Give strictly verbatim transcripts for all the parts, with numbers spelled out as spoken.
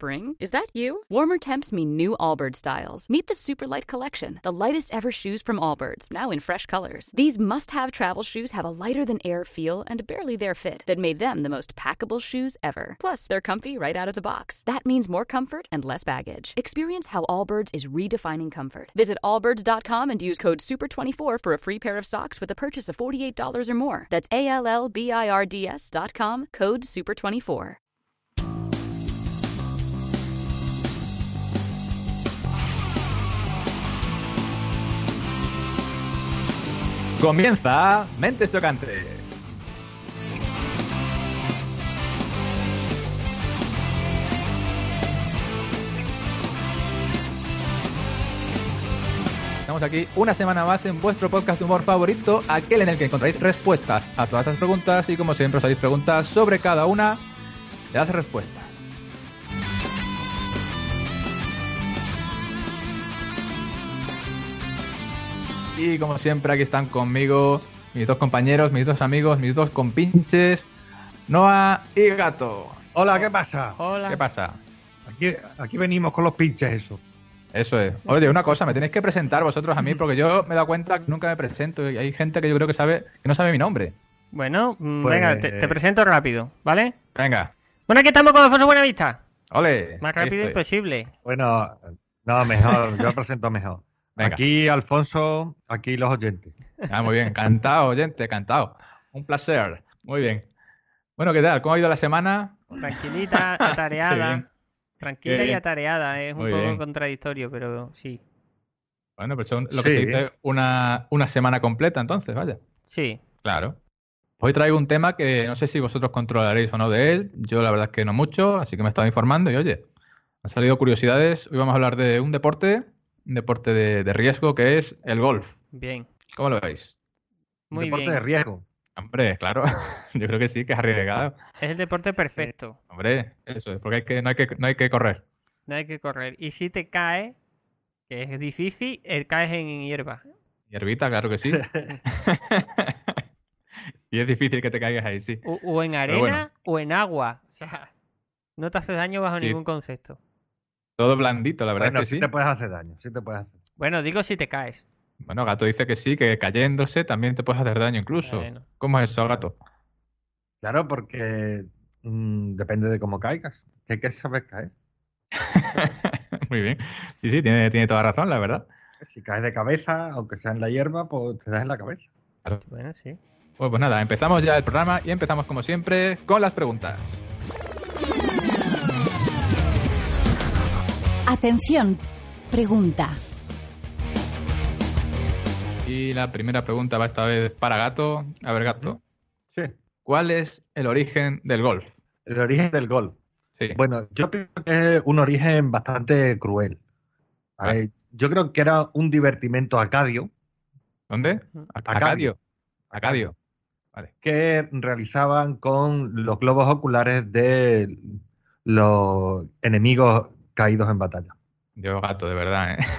spring? Is that you? Warmer temps mean new Allbirds styles. Meet the Superlight Collection, the lightest ever shoes from Allbirds, now in fresh colors. These must-have travel shoes have a lighter-than-air feel and a barely-there fit that made them the most packable shoes ever. Plus, they're comfy right out of the box. That means more comfort and less baggage. Experience how Allbirds is redefining comfort. Visit allbirds dot com and use code super twenty-four for a free pair of socks with a purchase of forty-eight dollars or more. That's A L L B I R D S dot com, code super twenty-four. Comienza Mentes Chocantes. Estamos aquí una semana más en vuestro podcast de humor favorito, aquel en el que encontráis respuestas a todas las preguntas y, como siempre, os hacéis preguntas sobre cada una de las respuestas. Y como siempre aquí están conmigo mis dos compañeros, mis dos amigos, mis dos compinches, Noah y Gato. Hola, ¿qué pasa? Hola. ¿Qué pasa? Aquí, aquí venimos con los pinches, eso. Eso es. Oye, una cosa, me tenéis que presentar vosotros a mí, porque yo me he dado cuenta que nunca me presento y hay gente que yo creo que sabe que no sabe mi nombre. Bueno, mm, Pues- venga, te, te presento rápido, ¿vale? Venga, Bueno, aquí estamos con Alfonso Buenavista. ole. Más ahí rápido estoy. imposible. Bueno, no, mejor, yo presento mejor. Venga. Aquí Alfonso, aquí los oyentes. Ah, muy bien, encantado, oyente, encantado. Un placer. Muy bien. Bueno, ¿qué tal? ¿Cómo ha ido la semana? Tranquilita, Qué atareada. bien. Tranquila Qué y bien. atareada. Es un Muy poco bien. contradictorio, pero sí. Bueno, pero son lo que Sí. se dice una, una semana completa, entonces, vaya. Sí. Claro. Hoy traigo un tema que no sé si vosotros controlaréis o no de él. Yo la verdad es que no mucho, así que me he estado informando y oye, han salido curiosidades. Hoy vamos a hablar de un deporte, un deporte de, de riesgo que es el golf. Bien. ¿Cómo lo veis? Muy Deporte bien. de riesgo. Hombre, claro, yo creo que sí, que es arriesgado. Es el deporte perfecto. Hombre, eso es, porque hay que, no hay que, no hay que correr. No hay que correr. Y si te caes, que es difícil, eh, caes en hierba. Hierbita, claro que sí. Y es difícil que te caigas ahí, sí. O, o en arena bueno. o en agua. O sea, no te hace daño bajo Sí. ningún concepto. Todo blandito, la verdad Bueno, es que sí sí. te puedes hacer daño, sí te puedes hacer. Bueno, digo si te caes. Bueno, Gato dice que sí, que cayéndose también te puedes hacer daño incluso. Bueno. ¿Cómo es eso, Gato? Claro, porque mm, depende de cómo caigas. Que hay que saber caer. Muy bien. Sí, sí, tiene, tiene toda razón, la verdad. Si caes de cabeza, aunque sea en la hierba, pues te das en la cabeza. Bueno, sí. Pues, pues nada, empezamos ya el programa y empezamos como siempre con las preguntas. Atención, pregunta. Y la primera pregunta va esta vez para Gato. A ver, Gato, Sí. ¿cuál es el origen del golf? El origen del golf. Sí. Bueno, yo pienso que es un origen bastante cruel. A Ah. ver, yo creo que era un divertimento acadio ¿Dónde? Acadio. Acadio. Vale. que realizaban con los globos oculares de los enemigos caídos en batalla. Yo, Gato, de verdad, ¿eh?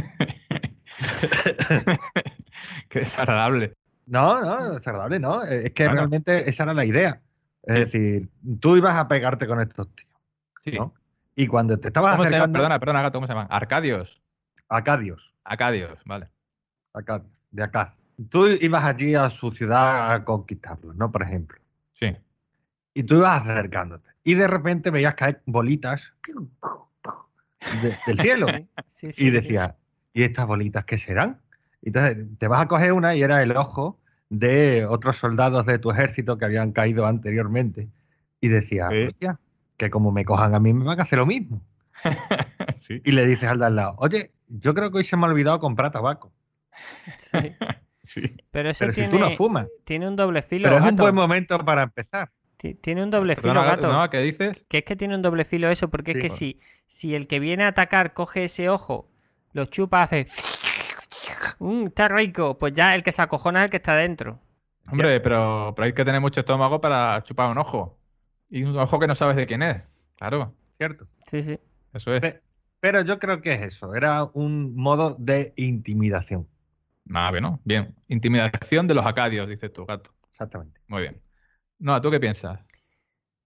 Qué desagradable. No, no, desagradable, no. Es que Bueno. realmente esa era la idea. Es Sí. decir, tú ibas a pegarte con estos tíos, Sí. ¿no? Y cuando te estabas ¿Cómo se llama? acercando, Perdona, perdona, Gato, ¿cómo se llaman? Arcadios. acadios, Acadios, vale. acadios, de acá. Tú ibas allí a su ciudad a conquistarlos, ¿no? Por ejemplo. Sí. Y tú ibas acercándote. Y de repente veías caer bolitas de- del cielo. Sí, sí. Y decías, ¿y estas bolitas qué serán? Y entonces te vas a coger una y era el ojo de otros soldados de tu ejército que habían caído anteriormente. Y decías, Sí. hostia, que como me cojan a mí me van a hacer lo mismo. Sí. Y le dices al de al lado, oye, yo creo que hoy se me ha olvidado comprar tabaco. Sí. Sí. Pero eso Pero tiene, si tú no fumas. tiene un doble filo, Pero es un gato. buen momento para empezar. Ti- Tiene un doble filo, Perdona, gato. ¿no? ¿Qué dices? Que es que tiene un doble filo eso, porque Sí, es que bueno. si, si el que viene a atacar coge ese ojo, lo chupa, hace... "Mm, está rico", pues ya el que se acojona es el que está dentro. Hombre, pero, pero hay que tener mucho estómago para chupar un ojo. Y un ojo que no sabes de quién es. Claro, ¿Cierto? Sí, sí. eso es. Pe- Pero yo creo que es eso, era un modo de intimidación. Nada, que no. Bien. Intimidación de los acadios, dices tú, Gato. Exactamente. Muy bien. No, ¿tú qué piensas?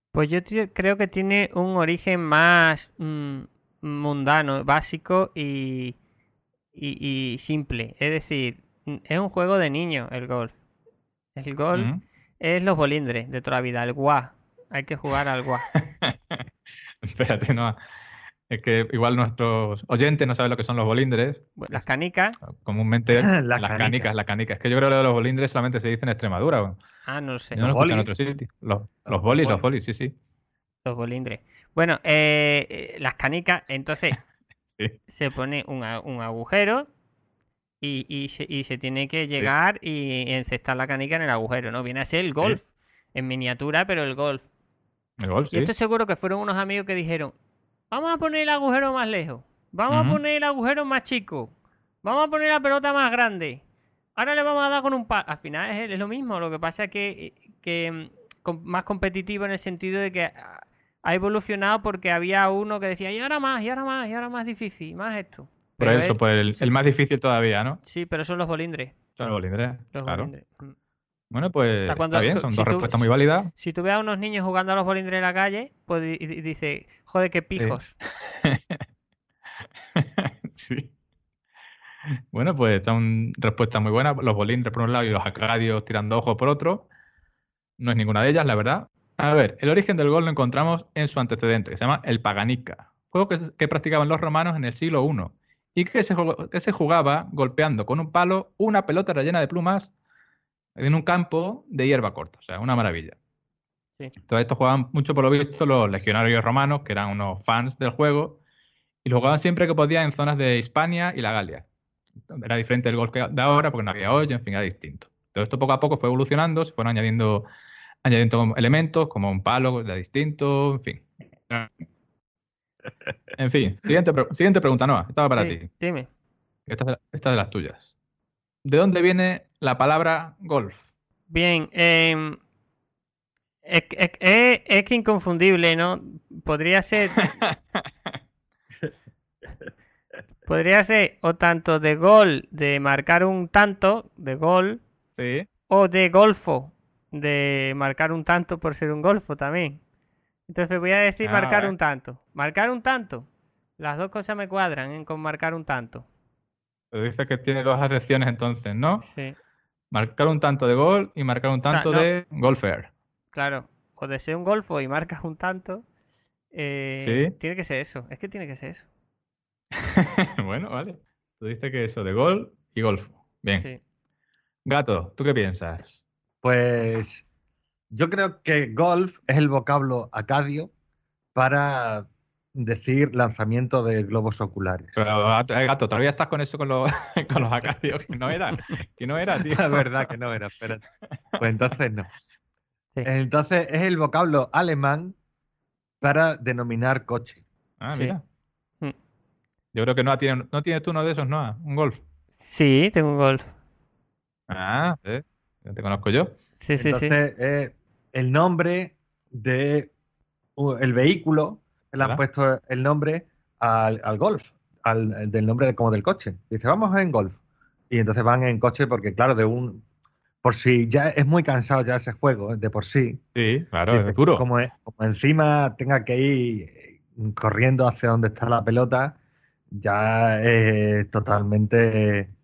Pues yo ti- creo que tiene un origen más mm, mundano, básico y, y, y simple. Es decir, mm, es un juego de niños el golf. El golf Ujú. es los bolindres de toda la vida, el guá. Hay que jugar al guá. Espérate, no. Es que igual nuestros oyentes no saben lo que son los bolindres. Bueno, Que las es canicas, comúnmente Las las canicas. canicas, las canicas. Es que yo creo que lo de los bolindres solamente se dice en Extremadura. Bueno. ah, no lo sé, Yo no Los lo escucho en bolis. otro sitio. Los, los Los bolis, los bolis. bolis, sí, sí. los bolindres. Bueno, eh, eh, las canicas, entonces Sí, se pone un, a- un agujero y, y se, y se tiene que sí, llegar y encestar la canica en el agujero, ¿no? Viene a ser el golf, sí. en miniatura, pero el golf. El gol, Y esto sí. seguro que fueron unos amigos que dijeron, vamos a poner el agujero más lejos, vamos a Ujú. poner el agujero más chico, vamos a poner la pelota más grande, ahora le vamos a dar con un palo. Al final es, es lo mismo, lo que pasa es que, que mm, com- más competitivo en el sentido de que ha ha evolucionado porque había uno que decía, y ahora más, y ahora más, y ahora más difícil, más esto. Por Pero eso, es, por el, el sí, más difícil todavía, ¿no? sí, pero son los bolindres, Son los bolindres, los claro. bolindres. Mm. Bueno, O pues sea, está cuando, bien, cu- son si dos tú, respuestas muy válidas. si tú ves a unos niños jugando a los bolindres en la calle, pues di- di- dice, joder, qué Sí. pijos. Sí. Bueno, pues son respuestas muy buenas. Los bolindres por un lado y los acadios tirando ojos por otro. No es ninguna de ellas, la verdad. A ver, el origen del gol lo encontramos en su antecedente, que se llama el Paganica, juego que, que practicaban los romanos en el siglo primero y que se, jugó- que se jugaba golpeando con un palo una pelota rellena de plumas en un campo de hierba corta. O sea, una maravilla. Sí. Todo esto jugaban mucho, por lo visto, los legionarios romanos, que eran unos fans del juego, y lo jugaban siempre que podían en zonas de Hispania y la Galia. Era diferente del golf que de ahora porque no había hoyo, en fin, era distinto. Todo esto poco a poco fue evolucionando, se fueron añadiendo, añadiendo elementos como un palo, era distinto, en fin. En fin, siguiente, pre- siguiente pregunta, Noah. Estaba para Sí, ti. dime. Esta, es- esta es de las tuyas. ¿De dónde viene la palabra golf? Bien, em, es, es- es- es que inconfundible, ¿no? Podría ser, podría ser o tanto de gol, de marcar un tanto, de gol, Sí. o de golfo, de marcar un tanto por ser un golfo también. Entonces voy a decir Ah, marcar vale. un tanto. Marcar un tanto. Las dos cosas me cuadran, ¿eh? Con marcar un tanto. Pero dice que tiene dos acepciones entonces, ¿no? Sí. Marcar un tanto de gol y marcar un O sea, tanto no, de golfer. claro. O de ser un golfo y marcas un tanto. eh, ¿Sí? tiene que ser eso. Es que tiene que ser eso. Bueno, vale. Tú dices que eso de gol y golfo. Bien. Sí. Gato, ¿tú qué piensas? Pues yo creo que golf es el vocablo acadio para decir lanzamiento de globos oculares. Pero, gato, eh, gato, todavía estás con eso con los, con los acadios, que no era, que no era, tío. La verdad que no era, espérate. Pues entonces no. Sí. Entonces es el vocablo alemán para denominar coche. Ah, Sí. mira. Mm. Yo creo que no tiene, no tienes tú uno de esos, ¿no? Un golf. Sí, tengo un golf. Ah, ¿eh? Ya te conozco yo. Sí, sí, sí. Entonces es el nombre de uh, el vehículo, le han ¿Verdad? puesto el nombre al, al golf, al, al del nombre de, como del coche. Dice, vamos en golf. Y entonces van en coche porque, claro, de un por si ya es muy cansado ya ese juego, ¿eh? De por sí. Sí, claro, Dice, es duro. como, es- como encima tenga que ir eh, corriendo hacia donde está la pelota, ya es totalmente eh,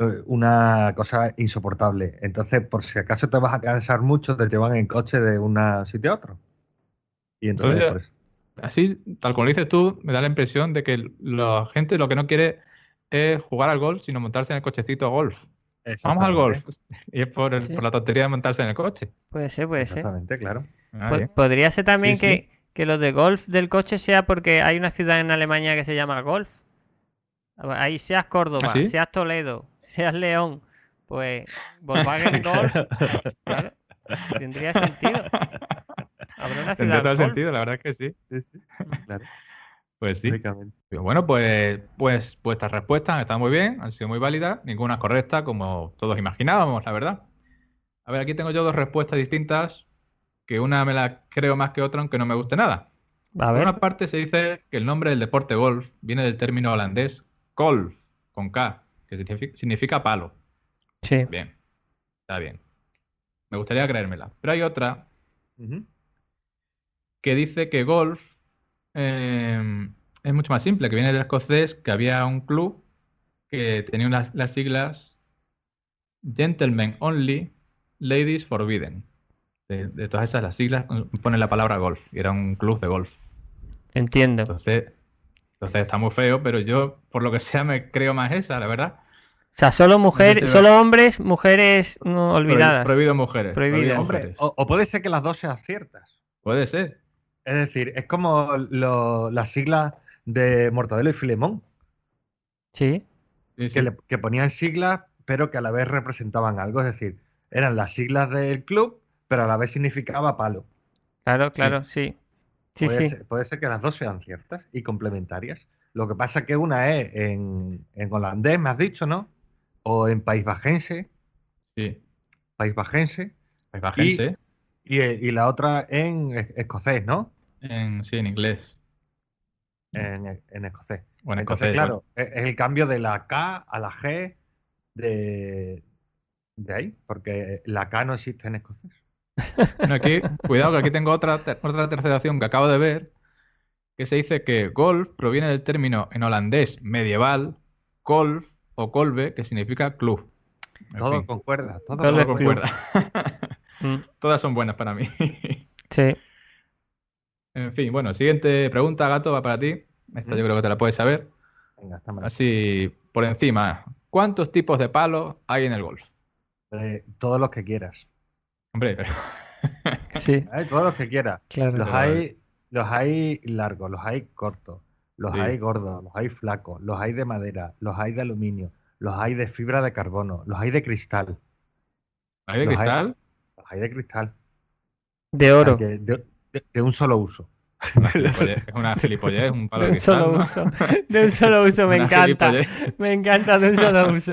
una cosa insoportable. Entonces, por si acaso te vas a cansar mucho, te llevan en coche de un sitio a otro. Y entonces, Entonces, por eso. así, tal como lo dices tú, me da la impresión de que la gente lo que no quiere es jugar al golf, sino montarse en el cochecito golf. Vamos al golf. Y es por, el- Sí. por la tontería de montarse en el coche. Puede ser, puede ser. Exactamente, claro. Ah, Po- bien. Podría ser también Sí, que, sí. que lo de golf del coche sea porque hay una ciudad en Alemania que se llama Golf. Ahí seas Córdoba, ¿Ah, sí? seas Toledo, seas León, pues Volkswagen Golf, claro, tendría sentido. Habrá una Tendría ciudad todo el Golf. sentido, la verdad es que sí. Sí, sí, claro, Pues sí. lógicamente. Bueno, pues, pues vuestras respuestas han estado muy bien, han sido muy válidas, ninguna es correcta, como todos imaginábamos, la verdad. A ver, aquí tengo yo dos respuestas distintas, que una me la creo más que otra, aunque no me guste nada. A Por ver, una parte se dice que el nombre del deporte golf viene del término holandés golf, con K, que significa, significa palo. sí, Bien, está bien. Me gustaría creérmela. Pero hay otra Ujú. que dice que golf eh, es mucho más simple, que viene del escocés, que había un club que tenía unas, las siglas Gentlemen Only, Ladies Forbidden. De, de todas esas, las siglas ponen la palabra golf, y era un club de golf. Entiendo. Entonces, entonces está muy feo, pero yo, por lo que sea, me creo más esa, la verdad. O sea, solo No sé mujeres, si- solo hombres, mujeres no, Prohi- olvidadas. Prohibido mujeres. Prohibidas. prohibido Hombre, mujeres. o, o puede ser que las dos sean ciertas. Puede ser. Es decir, es como lo- las siglas de Mortadelo y Filemón, Sí, Sí, que, sí. le- que ponían siglas, pero que a la vez representaban algo. Es decir, eran las siglas del club, pero a la vez significaba palo. claro, claro, sí. Sí, puede, sí. Ser, puede ser que las dos sean ciertas y complementarias. Lo que pasa es que una es en, en holandés, me has dicho, ¿no? O en país bajense, Sí. país bajense, Pues bajense. y, y la otra en es- escocés, ¿no? En, sí, en inglés. En, en escocés. O en Entonces, escocés, claro, es, es el cambio de la K a la G de, de ahí, porque la K no existe en escocés. Bueno, aquí, cuidado que aquí tengo otra, ter- otra tercera opción que acabo de ver, que se dice que golf proviene del término en holandés medieval, golf o kolbe, que significa club. En Todo fin, concuerda, todo Golf todo club. concuerda. Mm, Todas son buenas para mí. sí. En fin, bueno, siguiente pregunta, Gato, va para ti. Esta yo ¿Mm? creo que te la puedes saber. Venga, está mal. Así, por encima, ¿cuántos tipos de palos hay en el golf? Eh, todos los que quieras. Hombre, pero... Sí, ¿eh? Todos los que quieras. claro. Los Pero- hay, los hay largos, los hay cortos, los Sí. hay gordos, los hay flacos, los hay de madera, los hay de aluminio, los hay de fibra de carbono, los hay de cristal, ¿Hay de Los hay- cristal? los hay de cristal, De o sea, oro. que de, de- de un solo uso. Una gilipollez, es una gilipollez, un palo De de un solo cristal, ¿no? uso. De un solo uso, me Una encanta. gilipollez. Me encanta de un solo uso.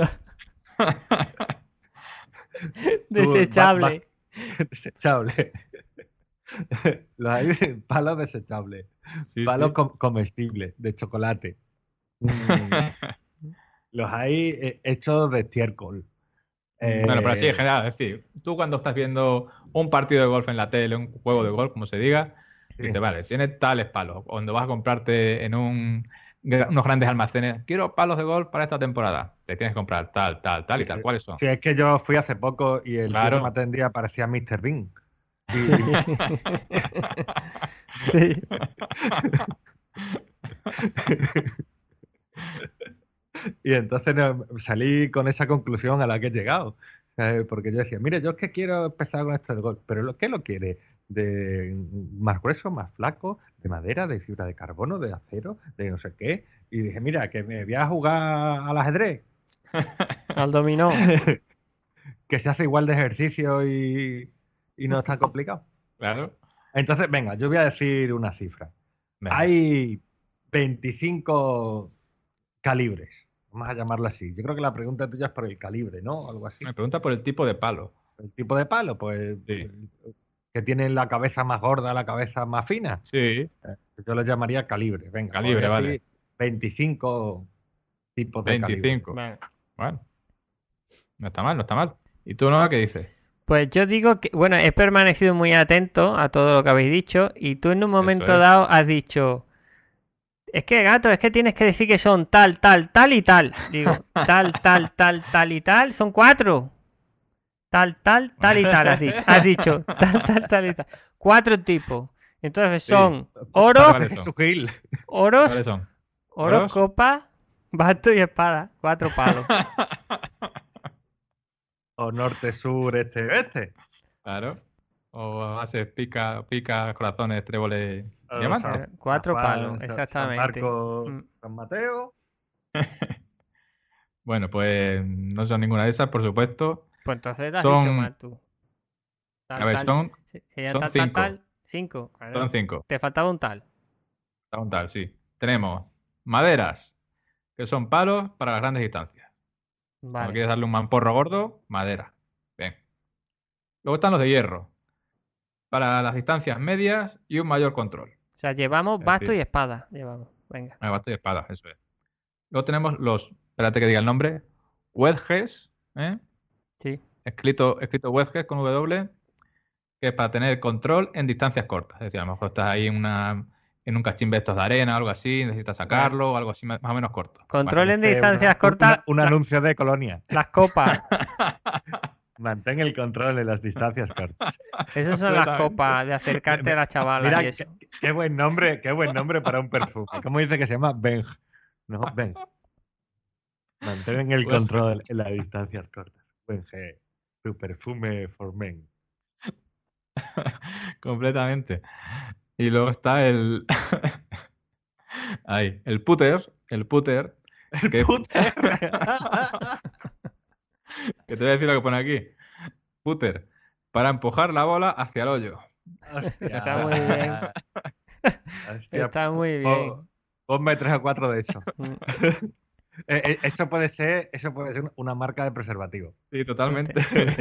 Desechable. Desechable. Los hay de palos desechables, Sí, palos sí. com- comestibles, de chocolate. Mm, Los hay eh, hechos de estiércol. Bueno, pero así en Eh, general, es decir, tú cuando estás viendo un partido de golf en la tele, un juego de golf, como se diga, Sí. dices, vale, tiene tales palos. Cuando vas a comprarte en un, gra- unos grandes almacenes, quiero palos de golf para esta temporada, te tienes que comprar tal, tal, tal y tal. ¿Cuáles son? Si es que yo fui hace poco y el tío Claro. que me atendía parecía míster Bean. Y, Sí. y entonces no- salí con esa conclusión a la que he llegado. ¿Sabes? Porque yo decía, mire, yo es que quiero empezar con esto del golf, pero lo, ¿qué lo quiere? ¿De más grueso, más flaco, de madera, de fibra de carbono, de acero, de no sé qué? Y dije, mira, que me voy a jugar al ajedrez, Al dominó. que se hace igual de ejercicio y, y no es tan complicado. Claro. Entonces, venga, yo voy a decir una cifra. Venga. Hay veinticinco calibres, vamos a llamarlo así. Yo creo que la pregunta tuya es por el calibre, ¿no? Algo así. Me pregunta por el tipo de palo. El tipo de palo, pues, Sí. que tienen la cabeza más gorda, la cabeza más fina. Sí, Yo lo llamaría calibre. Venga, Calibre, pues voy a vale. decir veinticinco tipos de calibre. veinticinco. Vale. Bueno, no está mal, no está mal. ¿Y tú, Noah, qué dices? Pues yo digo que, bueno, he permanecido muy atento a todo lo que habéis dicho y tú en un momento es. dado has dicho, es que gato, es que tienes que decir que son tal, tal, tal y tal. Digo, tal, tal, tal, tal y tal, son cuatro. Tal, tal, tal y tal, has dicho. Has dicho, tal, tal, tal y tal. Cuatro tipos. Entonces Sí. son oros, ¿Cuáles son? Jesús Gil. oros, ¿Cuáles son? oros, ¿Oros? copa, basto y espada. Cuatro palos. O norte, sur, este, oeste. Claro. O haces pica, pica, corazones, tréboles, O diamantes. San- Cuatro San Juan, palos, San- exactamente. San Marcos, Mm. San Mateo. Bueno, pues no son ninguna de esas, por supuesto. Pues entonces te has Son- dicho mal tú. Tal, A ver, tal, son, se- serían son tal, tal, cinco. tal. Cinco. Claro. son cinco. Te faltaba un tal. Está un tal, sí. Tenemos maderas, que son palos para las grandes distancias. Cuando Vale. quieres darle un mamporro gordo, madera. Bien. Luego están los de hierro, para las distancias medias y un mayor control. O sea, llevamos Es basto decir- y espada. Llevamos. Venga. Ah, basta y espada, eso es. Luego tenemos los, espérate que diga el nombre, wedges, ¿eh? Sí. Escrito, escrito wedges con W, que es para tener control en distancias cortas. Es decir, a lo mejor estás ahí en una en un cachimbe de estos de arena o algo así, necesitas sacarlo o algo así más más o menos corto. Control en Eh, distancias una- cortas, una- un la- anuncio de Colonia. las copas. Mantén el control en las distancias cortas. Esas son las Completamente. copas de acercarte a la chavala Mira, y eso. qué, qué buen nombre, qué buen nombre para un perfume. ¿Cómo dice que se llama? Beng. No, Beng. Mantén el Pues- control en las distancias cortas. Beng, tu perfume for men. Completamente. Y luego está el. Ahí, el putter. El putter. que, Puter. que te voy a decir lo que pone aquí. Putter. Para empujar la bola hacia el hoyo. Hostia. Está muy bien. Hostia, Está muy po- bien. Ponme tres o cuatro de eso. Mm. Eh, eh, eso puede ser, eso puede ser una marca de preservativo. Sí, totalmente.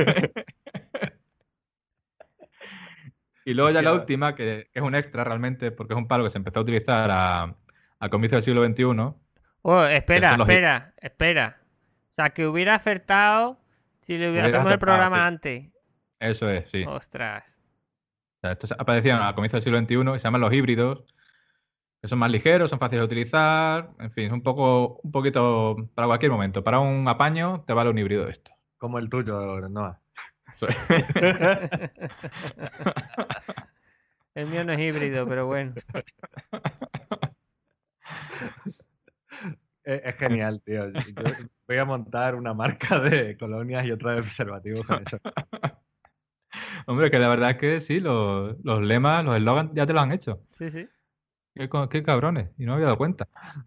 Y luego ya la Hostia. última, que, que es un extra realmente, porque es un palo que se empezó a utilizar a, a comienzos del siglo veintiuno. Oh, espera, son los- espera, espera. O sea, que hubiera acertado si le hubiera Hubiera hacemos el acertado, programa sí. antes. Eso es, sí. Ostras. O sea, estos aparecieron a comienzos del siglo veintiuno y se llaman los híbridos, que son más ligeros, son fáciles de utilizar, en fin, es un poco, un poquito para cualquier momento. Para un apaño te vale un híbrido de esto. Como el tuyo, Noah. Eso es. El mío no es híbrido, pero bueno. Es, es genial, tío. Yo, yo voy a montar una marca de colonias y otra de preservativos con eso. Hombre, que la verdad es que sí, los, los lemas, los eslogans ya te lo han hecho. Sí, sí. Qué, co- qué cabrones, y no me había dado cuenta.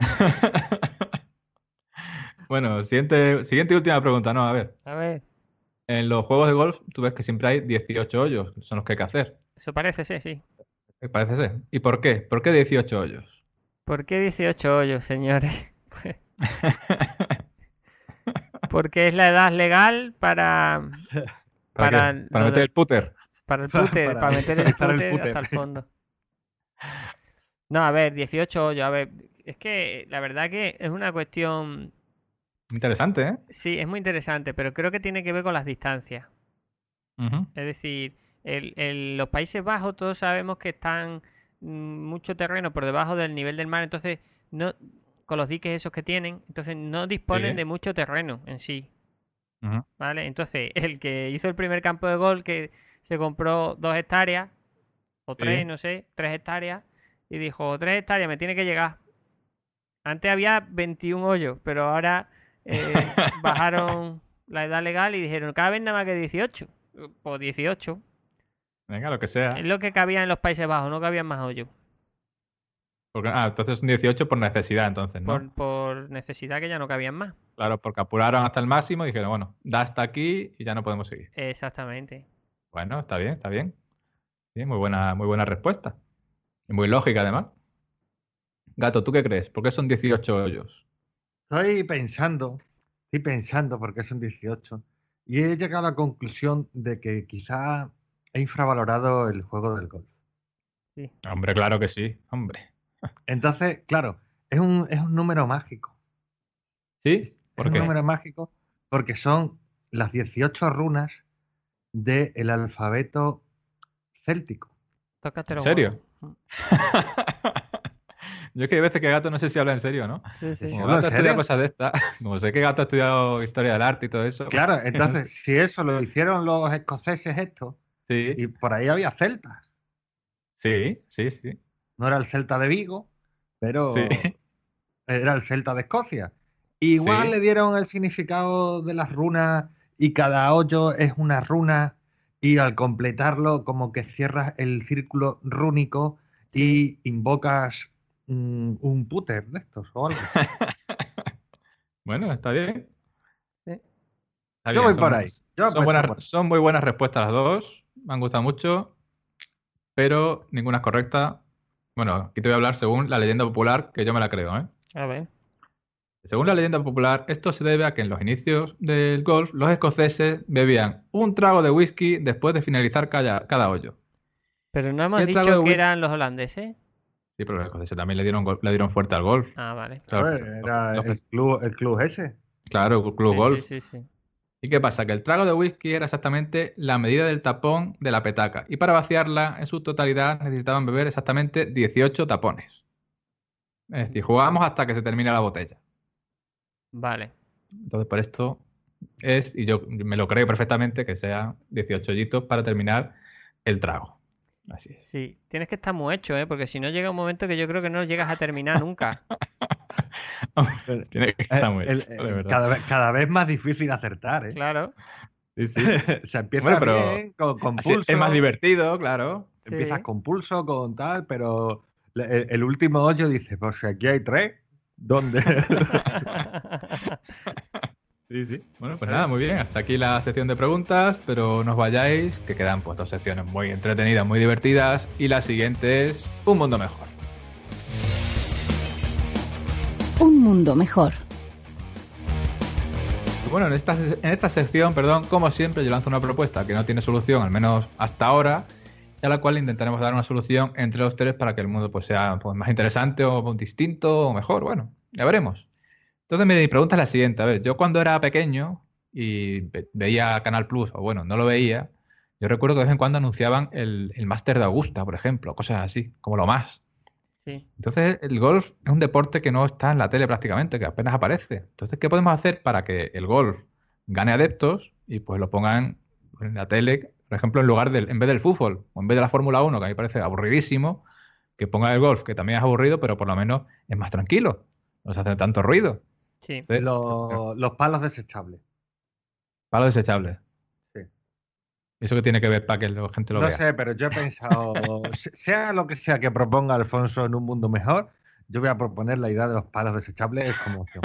Bueno, siguiente, siguiente y última pregunta, no, a ver. A ver, En los juegos de golf, tú ves que siempre hay dieciocho hoyos, son los que hay que hacer. eso parece ser, sí. ¿Qué parece ser? ¿Y por qué? ¿Por qué dieciocho hoyos? ¿Por qué dieciocho hoyos, señores? Pues, porque es la edad legal para, ¿Para para, qué? Para lo meter de- el putter. para el Para- puter, para para meter el utilizar el puter puter. hasta el fondo. No, a ver, dieciocho hoyos, a ver, es que la verdad que es una cuestión, Interesante, ¿eh? sí, es muy interesante, pero creo que tiene que ver con las distancias. Ujú. Es decir, el, el- los Países Bajos todos sabemos que están mm, mucho terreno por debajo del nivel del mar, entonces no con los diques esos que tienen, entonces no disponen Sí. de mucho terreno en sí, Ujú. ¿vale? Entonces, el que hizo el primer campo de golf que se compró dos hectáreas o tres, Sí. no sé, tres hectáreas y dijo, tres hectáreas me tiene que llegar. Antes había veintiún hoyos, pero ahora eh, bajaron la edad legal y dijeron, cada vez nada más que dieciocho. Pues dieciocho. Venga, lo que sea. Es lo que cabía en los Países Bajos, no cabían más hoyos. Porque, ah, entonces son dieciocho por necesidad, entonces, ¿no? Por, por necesidad que ya no cabían más. Claro, porque apuraron hasta el máximo y dijeron, bueno, da hasta aquí y ya no podemos seguir. Exactamente. Bueno, está bien, está bien. Sí, muy buena, muy buena respuesta. Y muy lógica, además. Gato, ¿tú qué crees? ¿Por qué son dieciocho hoyos? Estoy pensando, estoy pensando porque son dieciocho y he llegado a la conclusión de que quizá he infravalorado el juego del golf. Sí. Hombre, claro que sí, hombre. Entonces, claro, es un, es un número mágico. ¿Sí? ¿Por Es qué? un número mágico porque son las dieciocho runas del alfabeto céltico. Tócate ¿En los serio? huevos. Yo es que hay veces que Gato no sé si habla en serio, ¿no? Sí, sí. Sí, Como hablo Gato en estudia serio. cosas de estas, como sé que Gato ha estudiado historia del arte y todo eso. Claro, entonces, si eso lo hicieron los escoceses esto, Sí, y por ahí había celtas. sí, sí, sí. No era el celta de Vigo, pero Sí. era el celta de Escocia. Igual Sí. le dieron el significado de las runas y cada hoyo es una runa y al completarlo como que cierras el círculo rúnico y invocas mm, un puter de estos o algo. Bueno, está bien. Sí. Está Yo bien, voy son- por ahí. Yo Son apuesto buenas, por- son muy buenas respuestas las dos. Me han gustado mucho, pero ninguna es correcta. Bueno, aquí te voy a hablar según la leyenda popular, que yo me la creo, ¿eh? A ver. Según la leyenda popular, esto se debe a que en los inicios del golf, los escoceses bebían un trago de whisky después de finalizar cada, cada hoyo. Pero no hemos ¿Qué trago dicho de que whi- eran los holandeses. Sí, pero los escoceses también le dieron, gol- le dieron fuerte al golf. Ah, vale. Claro, Joder, los- era los- el club, el club ese. claro, el club Sí, golf. sí, sí, sí. ¿Y qué pasa? Que el trago de whisky era exactamente la medida del tapón de la petaca. Y para vaciarla en su totalidad necesitaban beber exactamente dieciocho tapones. Es decir, jugábamos hasta que se termina la botella. Vale. Entonces, por esto es, y yo me lo creo perfectamente, que sean dieciocho hoyitos para terminar el trago. Así es. Sí, tienes que estar muy hecho, ¿eh? Porque si no llega un momento que yo creo que no llegas a terminar nunca. Tiene que Eh, estar muy el- hecho, de eh, verdad. cada vez, cada vez más difícil acertar, ¿eh? Claro. Sí, sí. Se empieza Hombre, pero bien, con, con así es más pulso, divertido, claro. empiezas Sí. con pulso, con tal, pero le- el, el último hoyo dice, pues si aquí hay tres, ¿dónde? Sí, sí. Bueno, pues nada, muy bien. Hasta aquí la sección de preguntas, pero no os vayáis, que quedan pues dos secciones muy entretenidas, muy divertidas, y la siguiente es Un Mundo Mejor. Un mundo mejor. Bueno, en esta, en esta sección, perdón, como siempre, yo lanzo una propuesta que no tiene solución, al menos hasta ahora, y a la cual intentaremos dar una solución entre los tres para que el mundo pues, sea pues, más interesante o distinto o mejor. Bueno, ya veremos. Entonces mi pregunta es la siguiente. A ver, yo cuando era pequeño y ve- veía Canal Plus, o bueno, no lo veía, yo recuerdo que de vez en cuando anunciaban el, el Máster de Augusta, por ejemplo, cosas así, como lo más. Sí. Entonces, el golf es un deporte que no está en la tele prácticamente, que apenas aparece. Entonces, ¿qué podemos hacer para que el golf gane adeptos y pues lo pongan en la tele, por ejemplo, en lugar del, en vez del fútbol o en vez de la Fórmula Uno, que a mí me parece aburridísimo, que pongan el golf, que también es aburrido, pero por lo menos es más tranquilo, no se hace tanto ruido. Sí. Entonces, Los, los palos desechables. palo desechable. Sí. ¿Eso qué tiene que ver para que la gente lo No vea? sé, pero yo he pensado, se- sea lo que sea que proponga Alfonso en un mundo mejor, yo voy a proponer la idea de los palos desechables como opción.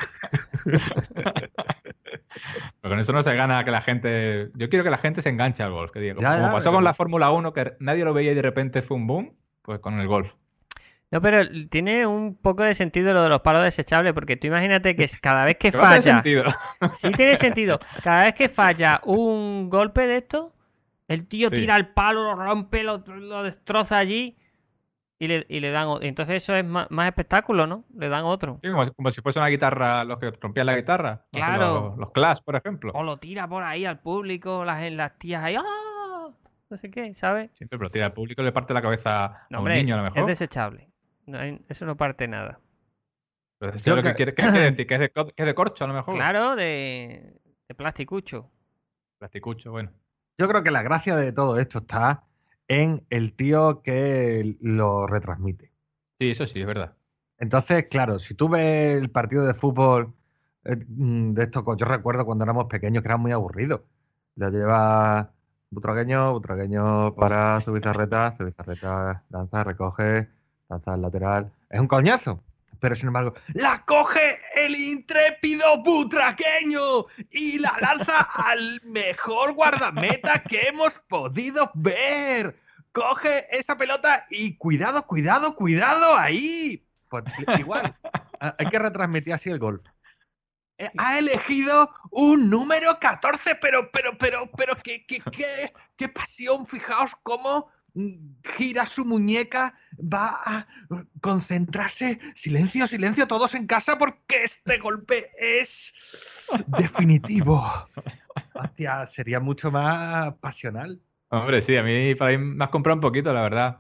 Pero con eso no se gana que la gente. Yo quiero que la gente se enganche al golf. Que diga, como, Ya, como ya, pasó pero- con la Fórmula Uno, que nadie lo veía y de repente fue un boom, pues con el golf. No, pero tiene un poco de sentido lo de los palos desechables, porque tú imagínate que cada vez que Que va a tener falla, sentido. sí tiene sentido, cada vez que falla un golpe de esto, el tío Sí. tira el palo, lo rompe, lo, lo destroza allí y le, y le dan otro. Entonces eso es más, más espectáculo, ¿no? Le dan otro. Sí, como, como si fuese una guitarra, los que rompían la guitarra. No sé, Claro. Los, los Clash, por ejemplo. O lo tira por ahí al público, las, las tías ahí, ¡ah! No sé qué, ¿sabes? Siempre, pero tira al público y le parte la cabeza No, a un hombre, niño a lo es mejor. desechable. No hay- eso no parte nada. Pero eso Yo es lo que que- quiere, ¿qué quiere decir? Que es de, co- que es de corcho a lo mejor. Claro, de, de plasticucho. Plasticucho, bueno. Yo creo que la gracia de todo esto está en el tío que lo retransmite. Sí, eso sí, es verdad. Entonces, claro, si tú ves el partido de fútbol eh, mm, de estos, co- yo recuerdo cuando éramos pequeños que era muy aburrido. Lo lleva butragueño, butragueño para su bizarreta, su bizarreta lanza, recoge, lanza al lateral. Es un coñazo. Pero sin embargo, la coge el intrépido butragueño y la lanza al mejor guardameta que hemos podido ver. Coge esa pelota y cuidado, cuidado, cuidado ahí. Pues igual, a- hay que retransmitir así el golf. Eh, Ha elegido un número catorce, pero, pero, pero, pero, qué, qué, qué, qué pasión. Fijaos cómo mm, gira su muñeca, va a concentrarse. Silencio, silencio, todos en casa, porque este golpe es definitivo. Hostia, sería mucho más pasional. Hombre, sí, a mí para mí me has comprado un poquito, la verdad.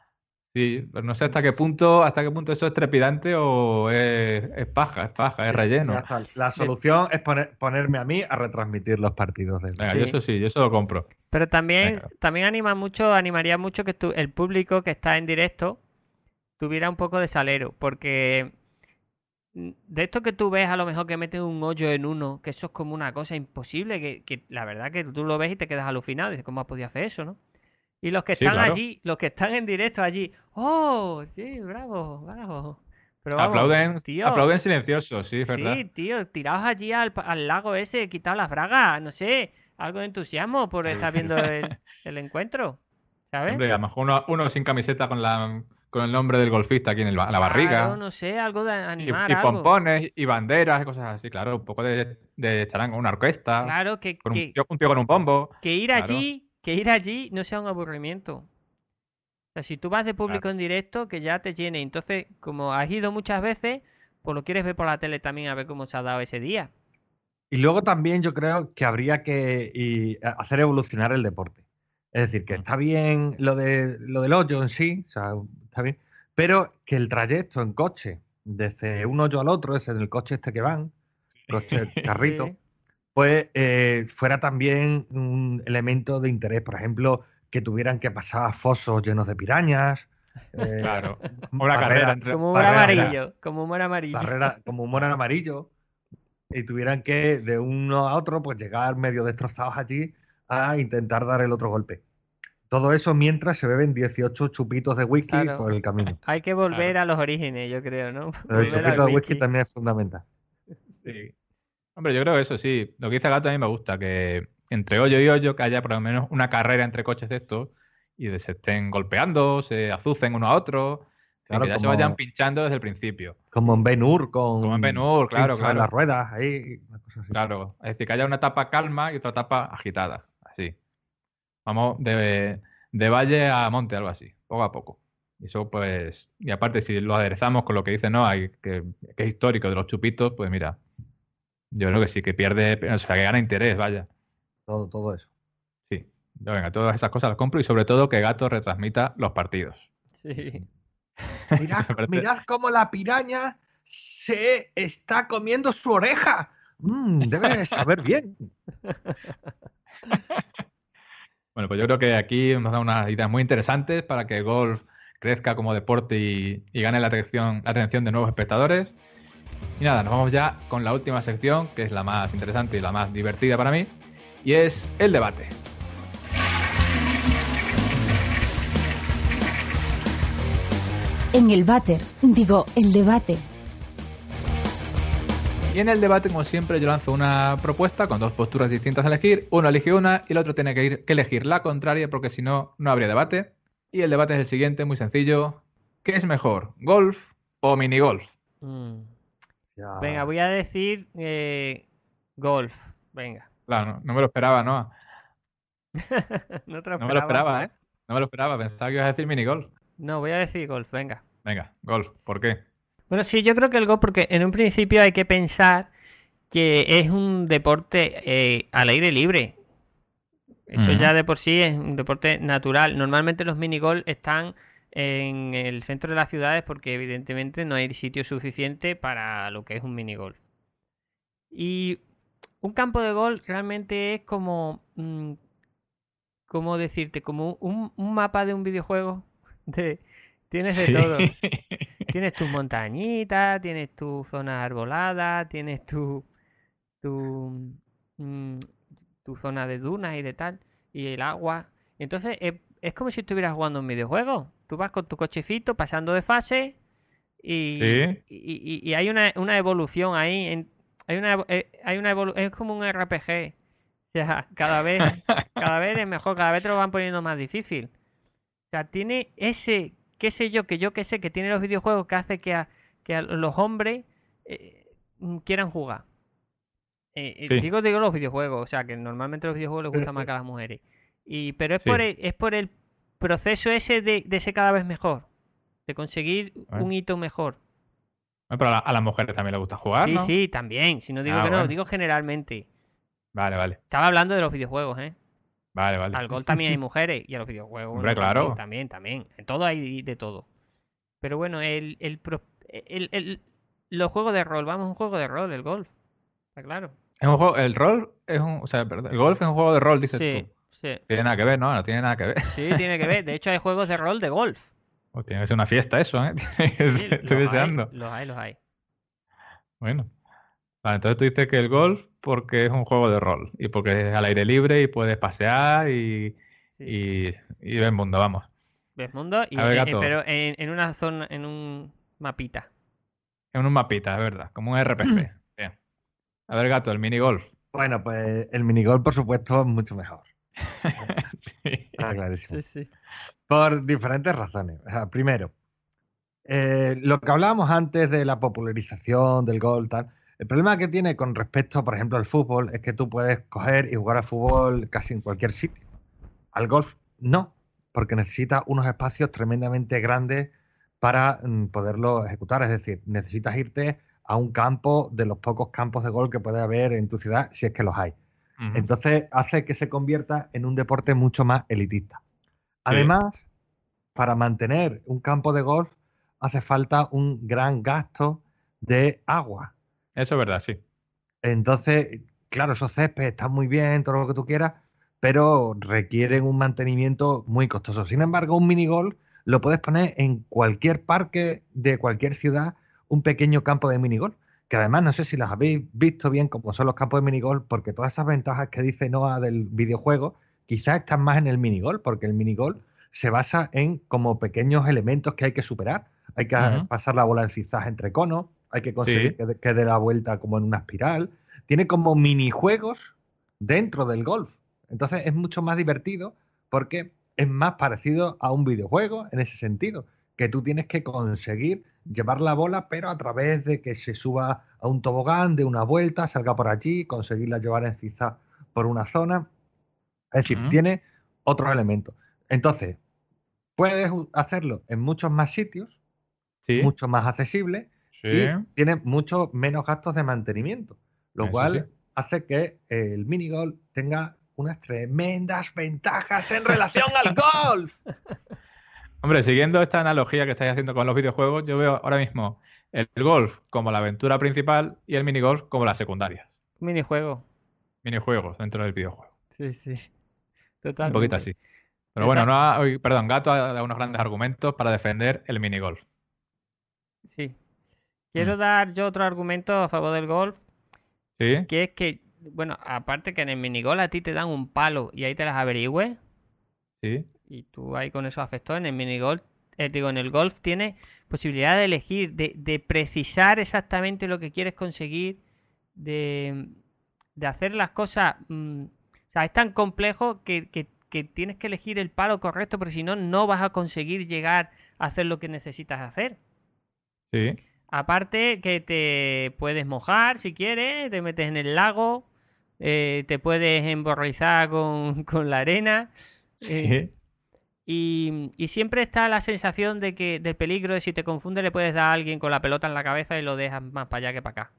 Sí, pero no sé hasta qué punto, hasta qué punto eso es trepidante o es, es paja, es paja, es Ya relleno. está. La solución es poner- ponerme a mí a retransmitir los partidos del Venga, Sí. yo eso sí, yo eso lo compro. Pero también, Venga. también anima mucho, animaría mucho que tu- el público que está en directo tuviera un poco de salero, porque mm, de esto que tú ves a lo mejor que meten un hoyo en uno, que eso es como una cosa imposible, que, que la verdad que tú lo ves y te quedas alucinado, dices, ¿cómo has podido hacer eso, no? Y los que Sí, están claro. allí, los que están en directo allí, ¡oh! Sí, bravo, bravo. Pero vamos, Aplauden, tío, aplauden silenciosos, sí, es verdad. sí, tío, tiraos allí al, pa- al lago ese, quitaos las bragas, no sé, algo de entusiasmo por estar viendo el, el encuentro, ¿sabes? Hombre, a lo mejor uno, uno sin camiseta con la, con el nombre del golfista aquí en el ba- la barriga. Claro, no sé, algo de Y, animar, y algo. pompones y banderas y cosas así, claro. Un poco de, de charango, una orquesta. Claro, que, Con un, que, tío, un tío con un bombo. que ir claro. allí, que ir allí no sea un aburrimiento. O sea, si tú vas de público en directo, que ya te llene. Entonces, como has ido muchas veces, pues lo quieres ver por la tele también a ver cómo se ha dado ese día. Y luego también yo creo que habría que y, hacer evolucionar el deporte. Es decir, que está bien lo de lo del hoyo en sí, o sea, está bien, pero que el trayecto en coche, desde un hoyo al otro, desde el coche este que van, coche carrito, Sí. pues eh, fuera también un elemento de interés. Por ejemplo, que tuvieran que pasar fosos llenos de pirañas, eh, Claro. Una carrera barreras, entre. Como humor barreras, amarillo, como humor amarillo. barreras como humor amarillo, y tuvieran que de uno a otro pues llegar medio destrozados allí a intentar dar el otro golpe. Todo eso mientras se beben dieciocho chupitos de whisky Claro. por el camino. Hay que volver Claro. a los orígenes, yo creo, ¿no? Pero el Volver al chupito de whisky whisky. también es fundamental. Sí. Hombre, yo creo que eso sí. Lo que dice Gato a mí me gusta, que entre hoyo y hoyo que haya por lo menos una carrera entre coches de estos y de se estén golpeando, se azucen uno a otro, en fin, que Claro, ya se vayan como, pinchando desde el principio. como en Ben-Hur Como en con Ben-Hur, claro, pinchos en las claro, ruedas, ahí, una cosa así. claro. Es decir, que haya una etapa calma y otra etapa agitada, así. Vamos de, de valle a monte, algo así, poco a poco. Y eso, pues, y aparte, si lo aderezamos con lo que dice Noah, y que, que es histórico de los chupitos, pues mira, yo creo que sí, que pierde, o sea, que gana interés, vaya. Todo, todo eso. Sí. Yo, venga, todas esas cosas las compro y sobre todo que Gato retransmita los partidos. Sí. Mirad, Me parece- mirad cómo la piraña se está comiendo su oreja. Mm, debe saber bien. Bueno, pues yo creo que aquí nos da unas ideas muy interesantes para que el golf crezca como deporte y, y gane la atención, la atención de nuevos espectadores. Y nada, nos vamos ya con la última sección, que es la más interesante y la más divertida para mí, y es el debate. En el váter, digo, el debate. Y en el debate, como siempre, yo lanzo una propuesta con dos posturas distintas a elegir. Uno elige una y el otro tiene que, ir, que elegir la contraria, porque si no, no habría debate. Y el debate es el siguiente, muy sencillo. ¿Qué es mejor, golf o minigolf? Mm. Ya. Venga, voy a decir eh, golf. Venga. Claro, no, no me lo esperaba, ¿no? No te lo No me lo esperaba. esperaba, ¿eh? No me lo esperaba, pensaba que ibas a decir minigolf. No, voy a decir golf, venga. Venga, golf, ¿por qué? Bueno, sí, yo creo que el golf, porque en un principio hay que pensar que es un deporte eh, al aire libre. Eso Ujú. ya de por sí es un deporte natural. Normalmente los minigolf están en el centro de las ciudades porque evidentemente no hay sitio suficiente para lo que es un minigolf. Y un campo de golf realmente es como, mm, ¿cómo decirte? Como un, un mapa de un videojuego. De, tienes de Sí. todo. Tienes tus montañitas, tienes tu zona arbolada, tienes tu, tu, mm, tu zona de dunas y de tal, y el agua. Entonces es, es como si estuvieras jugando un videojuego. Tú vas con tu cochecito pasando de fase y, Sí. y, y- y hay una, una evolución ahí. En- hay una, evo- eh, hay una evolu- es como un R P G. O sea, cada vez, cada vez es mejor, cada vez te lo van poniendo más difícil. O sea, tiene ese, qué sé yo, que yo que sé, que tiene los videojuegos que hace que a, que a los hombres eh, mm, quieran jugar. Eh, eh, Sí. digo, digo los videojuegos, o sea, que normalmente los videojuegos les gustan más que a las mujeres. Y, pero es Sí. por el, es por el proceso ese de, de ser cada vez mejor, de conseguir Bueno. un hito mejor. Bueno, pero a, la- a las mujeres también les gusta jugar, Sí, ¿no? sí, también. Si no digo Ah, que no, bueno. digo generalmente. Vale, vale. Estaba hablando de los videojuegos, ¿eh? Vale, vale. Al gol también hay mujeres y a los videojuegos, Hombre, bueno, claro. también, también, también. En todo hay de todo. Pero bueno, el, el, pro- el, el- los juegos de rol, vamos, un juego de rol, el golf. Está claro. Es un juego, el rol es un, o sea, perdón, el golf es un juego de rol, dices Sí, tú. sí. Tiene nada que ver, ¿no? No tiene nada que ver. Sí, tiene que ver. De hecho, hay juegos de rol de golf. Pues tiene que ser una fiesta eso, ¿eh? Tiene que Sí, ser- los Estoy hay, deseando. los hay, los hay. Bueno. Vale, entonces tú dices que el golf porque es un juego de rol y porque es al aire libre y puedes pasear y, Sí. y, y ver el mundo, vamos. ¿Ves mundo? Y, A ver, eh, eh, gato. pero en, en una zona, en un mapita. En un mapita, es verdad, como un R P G. Bien. A ver, gato, el minigolf. Bueno, pues el minigolf, por supuesto, es mucho mejor. Sí. Está clarísimo. Sí, sí. Por diferentes razones. O sea, primero, eh, lo que hablábamos antes de la popularización del golf, tal. El problema que tiene con respecto, por ejemplo, al fútbol es que tú puedes coger y jugar al fútbol casi en cualquier sitio. Al golf no, porque necesitas unos espacios tremendamente grandes para mm, poderlo ejecutar. Es decir, necesitas irte a un campo de los pocos campos de golf que puede haber en tu ciudad, si es que los hay. Ujú. Entonces hace que se convierta en un deporte mucho más elitista. Sí. Además, para mantener un campo de golf hace falta un gran gasto de agua. Eso es verdad, sí. Entonces, claro, esos céspedes están muy bien, todo lo que tú quieras, pero requieren un mantenimiento muy costoso. Sin embargo, un minigolf lo puedes poner en cualquier parque de cualquier ciudad, un pequeño campo de minigolf, que además no sé si los habéis visto bien como son los campos de minigolf, porque todas esas ventajas que dice Noah del videojuego, quizás están más en el minigolf, porque el minigolf se basa en como pequeños elementos que hay que superar. Hay que Ujú. pasar la bola en zigzag entre conos, hay que conseguir Sí. que, de- que dé la vuelta como en una espiral. Tiene como minijuegos dentro del golf. Entonces es mucho más divertido porque es más parecido a un videojuego en ese sentido, que tú tienes que conseguir llevar la bola, pero a través de que se suba a un tobogán, de una vuelta, salga por allí, conseguirla llevar en zigzag por una zona. Es decir, Ujú. tiene otros elementos. Entonces, puedes u- hacerlo en muchos más sitios, Sí. mucho más accesible Sí. y tiene mucho menos gastos de mantenimiento, lo Eso sí. cual hace que el minigolf tenga unas tremendas ventajas en relación al golf. Hombre, siguiendo esta analogía que estáis haciendo con los videojuegos, yo veo ahora mismo el golf como la aventura principal y el minigolf como las secundarias. Minijuego. Minijuegos dentro del videojuego. Sí, sí, Un poquito totalmente. así. Pero bueno, Esa- no ha- hoy- perdón, Gato ha dado unos grandes argumentos para defender el minigolf. Sí. Mm. Quiero dar yo otro argumento a favor del golf, ¿Sí? que es que, bueno, aparte que en el minigolf a ti te dan un palo y ahí te las averigües, Sí. y tú ahí con esos afectos en el minigolf, eh, digo, en el golf tienes posibilidad de elegir, de, de precisar exactamente lo que quieres conseguir, de, de hacer las cosas. mm, o sea, es tan complejo que, que, que tienes que elegir el palo correcto, porque si no, no vas a conseguir llegar a hacer lo que necesitas hacer. Sí. Aparte que te puedes mojar si quieres, te metes en el lago, eh, te puedes emborrizar con, con la arena. eh, Sí. y, y siempre está la sensación de que del peligro de si te confunde le puedes dar a alguien con la pelota en la cabeza y lo dejas más para allá que para acá.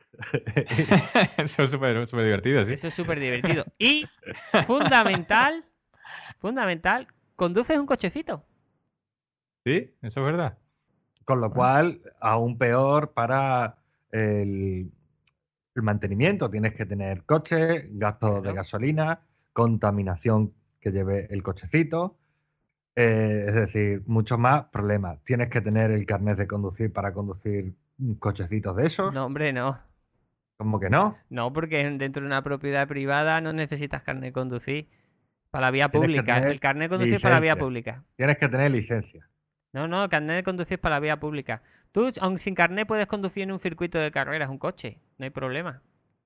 Eso es súper súper divertido, sí. Eso es súper divertido. Y fundamental, fundamental, conduces un cochecito. Sí, eso es verdad. Con lo Bueno, cual, aún peor para el, el mantenimiento. Tienes que tener coche, gastos de Claro. gasolina, contaminación que lleve el cochecito. Eh, es decir, muchos más problemas. Tienes que tener el carnet de conducir para conducir cochecitos de esos. No, hombre, no. ¿Cómo que no? No, porque dentro de una propiedad privada no necesitas carnet de conducir. Para la vía Tienes que pública. tener El carnet de conducir es para la vía licencia. pública. Tienes que tener licencia. No, no, el carnet de conducir es para la vía pública. Tú, aun sin carnet, puedes conducir en un circuito de carreras un coche. No hay problema.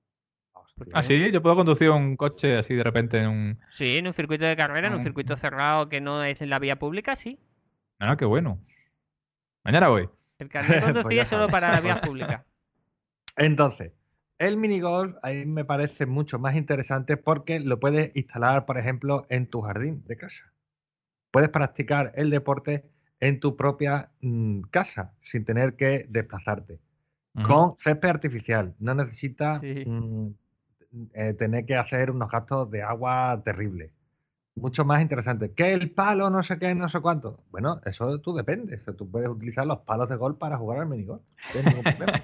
ah, Hostia. sí, yo puedo conducir un coche así de repente en un... Sí, en un circuito de carreras, en un Ah, circuito cerrado que no es en la vía pública, sí. ah, qué bueno. Mañana voy. El carnet de Pues conducir ya es solo sabes. para la vía pública. Entonces, el minigolf ahí me parece mucho más interesante porque lo puedes instalar, por ejemplo, en tu jardín de casa. Puedes practicar el deporte en tu propia mm, casa sin tener que desplazarte. Ujú. Con césped artificial. No necesitas Sí. mm, eh, tener que hacer unos gastos de agua terribles. Mucho más interesante. ¿Que el palo no sé qué, no sé cuánto? Bueno, eso tú depende. O sea, tú puedes utilizar los palos de golf para jugar al minigolf. No tienes ningún problema.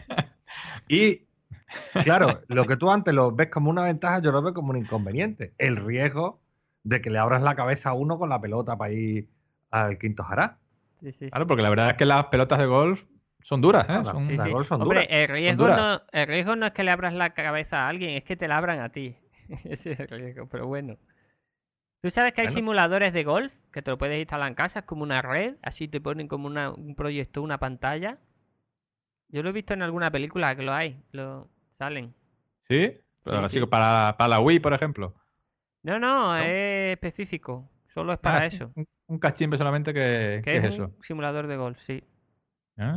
Y claro, lo que tú antes lo ves como una ventaja, yo lo veo como un inconveniente. El riesgo de que le abras la cabeza a uno con la pelota para ir al quinto jará. Sí, sí, Claro, sí. porque la verdad es que las pelotas de golf son duras, ¿eh? Ah, las Son... Sí, las sí. golf son Hombre, duras. el Son riesgo duras. no, el riesgo no es que le abras la cabeza a alguien, es que te la abran a ti. Ese es el riesgo, pero bueno. ¿Tú sabes que hay Bueno. simuladores de golf que te lo puedes instalar en casa? Es como una red, así te ponen como una, un proyector, una pantalla. Yo lo he visto en alguna película que lo hay, lo salen. ¿Sí? Pero Sí, así sí. que para, para la Wii, por ejemplo. No, no, ¿No? es específico, solo es Ah, para es eso. un, un cachimbe solamente que... Que ¿Qué es es un eso? simulador de golf, sí. Ah,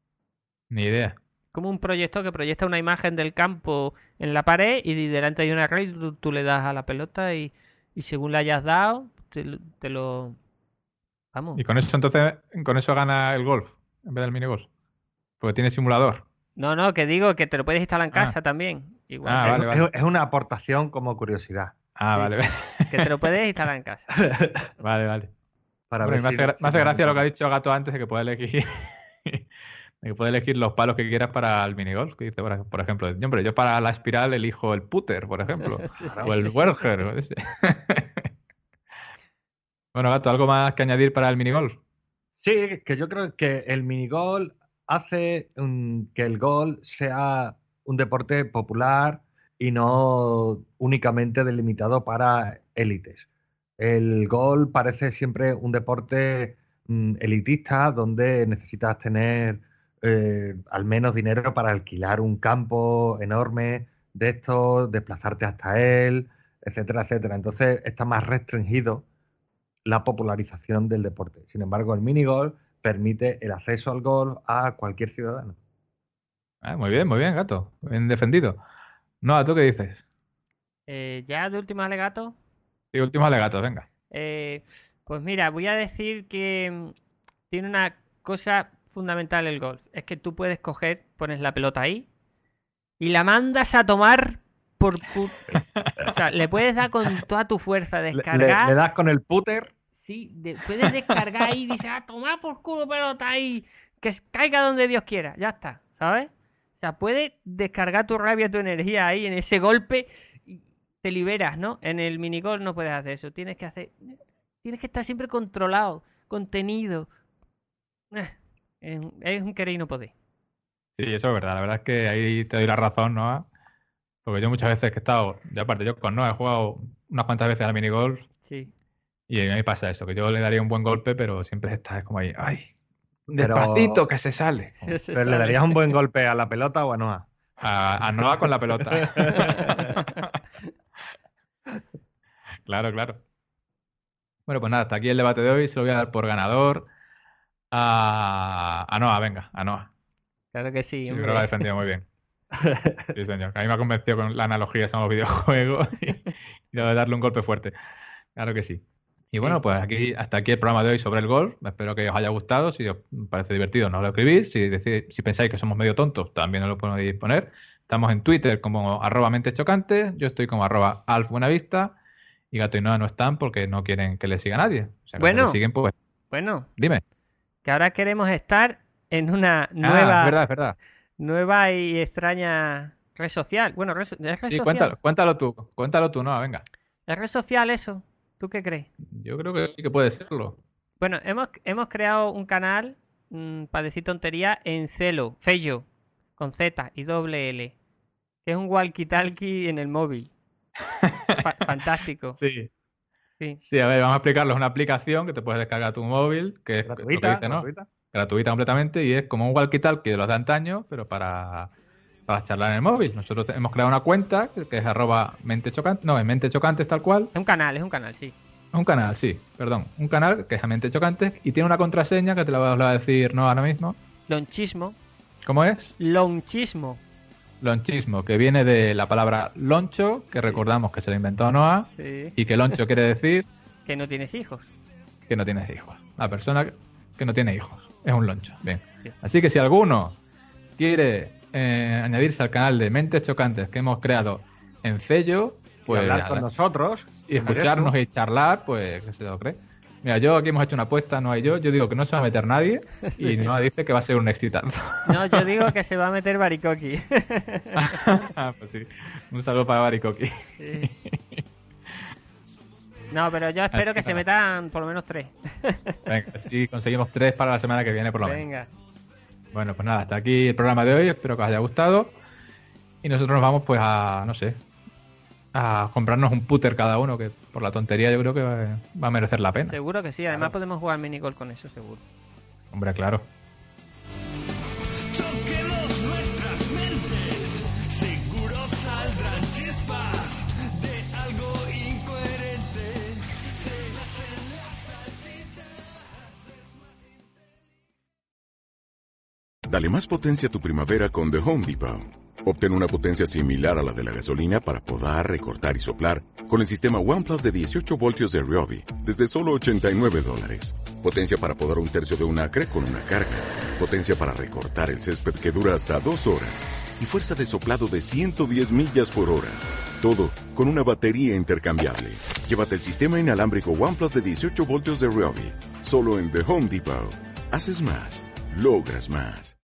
ni idea. Como un proyector que proyecta una imagen del campo en la pared y delante hay una red y tú, tú le das a la pelota y, y según le hayas dado, te, lo- te lo... Vamos. Y con eso entonces, con eso gana el golf en vez del minigolf. Porque tiene simulador. No, no, que digo que te lo puedes instalar en casa Ah. también. Igual. Ah, que- vale, vale. Es, es una aportación como curiosidad. Ah, Sí, vale, sí. Que te lo puedes instalar en casa. vale, vale. Para Bueno, y ver me si- hace, gra- si me hace nos gracia lo que ha animamos. dicho Gato antes de que puedes elegir de que puedes elegir los palos que quieras para el minigolf. Que dice, por, por ejemplo, yo, hombre, yo para la espiral elijo el putter, por ejemplo, o el werger. o ese. Bueno, Gato, ¿algo más que añadir para el minigolf? Sí, que yo creo que el minigolf hace um, que el golf sea un deporte popular y no únicamente delimitado para élites. El golf parece siempre un deporte mm, elitista donde necesitas tener eh, al menos dinero para alquilar un campo enorme de estos, desplazarte hasta él, etcétera, etcétera. Entonces está más restringido la popularización del deporte. Sin embargo, el minigolf permite el acceso al golf a cualquier ciudadano. Ah, muy bien, muy bien, Gato. Bien defendido. No, ¿tú qué dices? Eh, ya de último alegato. Sí, últimos alegatos, venga. Eh, pues mira, voy a decir que mm, tiene una cosa fundamental el golf. Es que tú puedes coger, pones la pelota ahí y la mandas a tomar por cu- O sea, le puedes dar con toda tu fuerza, Le, le- descargar. le das con el putter. Sí, de- puedes descargar ahí y dices, ah, toma por culo pelota ahí, que s- caiga donde Dios quiera, ya está, ¿sabes? O sea, puedes descargar tu rabia, tu energía ahí en ese golpe y te liberas, ¿no? En el minigolf no puedes hacer eso, tienes que hacer, tienes que estar siempre controlado, contenido. Eh, Es un, es un querer y no poder. Sí, eso es verdad. La verdad es que ahí te doy la razón, Noah. Porque yo muchas veces que he estado, y aparte yo con Noah he jugado unas cuantas veces al minigolf Sí. y a mí me pasa eso, que yo le daría un buen golpe, pero siempre estás como ahí, ¡ay! Pero- Despacito que se sale. Como Se Pero le sabe. darías un buen golpe a la pelota o a Noah. A, a Noah con la pelota. Claro, claro. Bueno, pues nada, hasta aquí el debate de hoy. Se lo voy a dar por ganador a, a Noah, venga, a Noah. Claro que sí, Yo hombre. creo que lo ha defendido muy bien. Sí, señor. A mí me ha convencido con la analogía son los videojuegos y, y lo de darle un golpe fuerte. Claro que sí. Y bueno, Sí. pues aquí hasta aquí el programa de hoy sobre el golf. Espero que os haya gustado. Si os parece divertido, nos lo escribís. Si, decís- si pensáis que somos medio tontos, también nos lo podéis poner. Estamos en Twitter como arroba mentes chocantes. Yo estoy como arroba alf buenavista. Y Gato y Noa no están porque no quieren que le siga nadie. O sea, que Bueno. si le siguen, pues Bueno, dime. que ahora queremos estar en una Ah, nueva, es verdad, es verdad. nueva y extraña red social. Bueno, red, so- ¿es red Sí, social? cuéntalo, cuéntalo tú. Cuéntalo tú, Noa, venga. ¿Es red social eso? ¿Tú qué crees? Yo creo que sí que puede serlo. Bueno, hemos, hemos creado un canal para decir tontería en Celo, Fello, con Z y doble L, que es un walkie-talkie en el móvil. Fa- fantástico. Sí. Sí. Sí, a ver, vamos a explicarlo. Es una aplicación que te puedes descargar a tu móvil, que es lo que Gratuita, dice, ¿no? gratuita. Gratuita completamente, y es como un walkie-talkie de los de antaño, pero para, para charlar en el móvil. Nosotros te- hemos creado una cuenta que que es arroba mente chocante, no, es mente chocantes tal cual. Es un canal, es un canal, sí. Es un canal, sí, perdón. Un canal que es a mente chocantes y tiene una contraseña que te la va, os la va a decir no ahora mismo. Lonchismo. ¿Cómo es? Lonchismo. Lonchismo, que viene de la palabra loncho, que recordamos que se la inventó Noah, Sí. y que loncho quiere decir Que no tienes hijos. que no tienes hijos. La persona que no tiene hijos es un loncho. Bien. Sí. Así que si alguno quiere eh, añadirse al canal de Mentes Chocantes que hemos creado en Cello, pues y hablar nada, con nosotros. y escucharnos y charlar, pues que se lo cree. Mira, yo aquí hemos hecho una apuesta, no hay yo. Yo digo que no se va a meter nadie y Noah dice que va a ser un exitazo. No, yo digo que se va a meter Baricoqui. Pues sí. Un saludo para Baricoqui. Sí. No, pero yo espero Así que que se nada. metan por lo menos tres. Venga, si conseguimos tres para la semana que viene por lo menos. Venga. Bueno, pues nada, hasta aquí el programa de hoy. Espero que os haya gustado. Y nosotros nos vamos pues a, no sé, a comprarnos un putter cada uno, que por la tontería yo creo que va, va a merecer la pena. Seguro que sí, además podemos jugar minigol con eso, seguro. Hombre, claro. Choquemos nuestras mentes, seguro saldrán chispas de algo incoherente. Se hacen las salchichas. Es más Dale más potencia a tu primavera con The Home Depot. Obtén una potencia similar a la de la gasolina para podar, recortar y soplar con el sistema OnePlus de dieciocho voltios de Ryobi desde solo ochenta y nueve dólares. Potencia para podar un tercio de un acre con una carga. potencia para recortar el césped que dura hasta dos horas y fuerza de soplado de ciento diez millas por hora. Todo con una batería intercambiable. Llévate el sistema inalámbrico OnePlus de dieciocho voltios de Ryobi. Solo en The Home Depot. Haces más, logras más.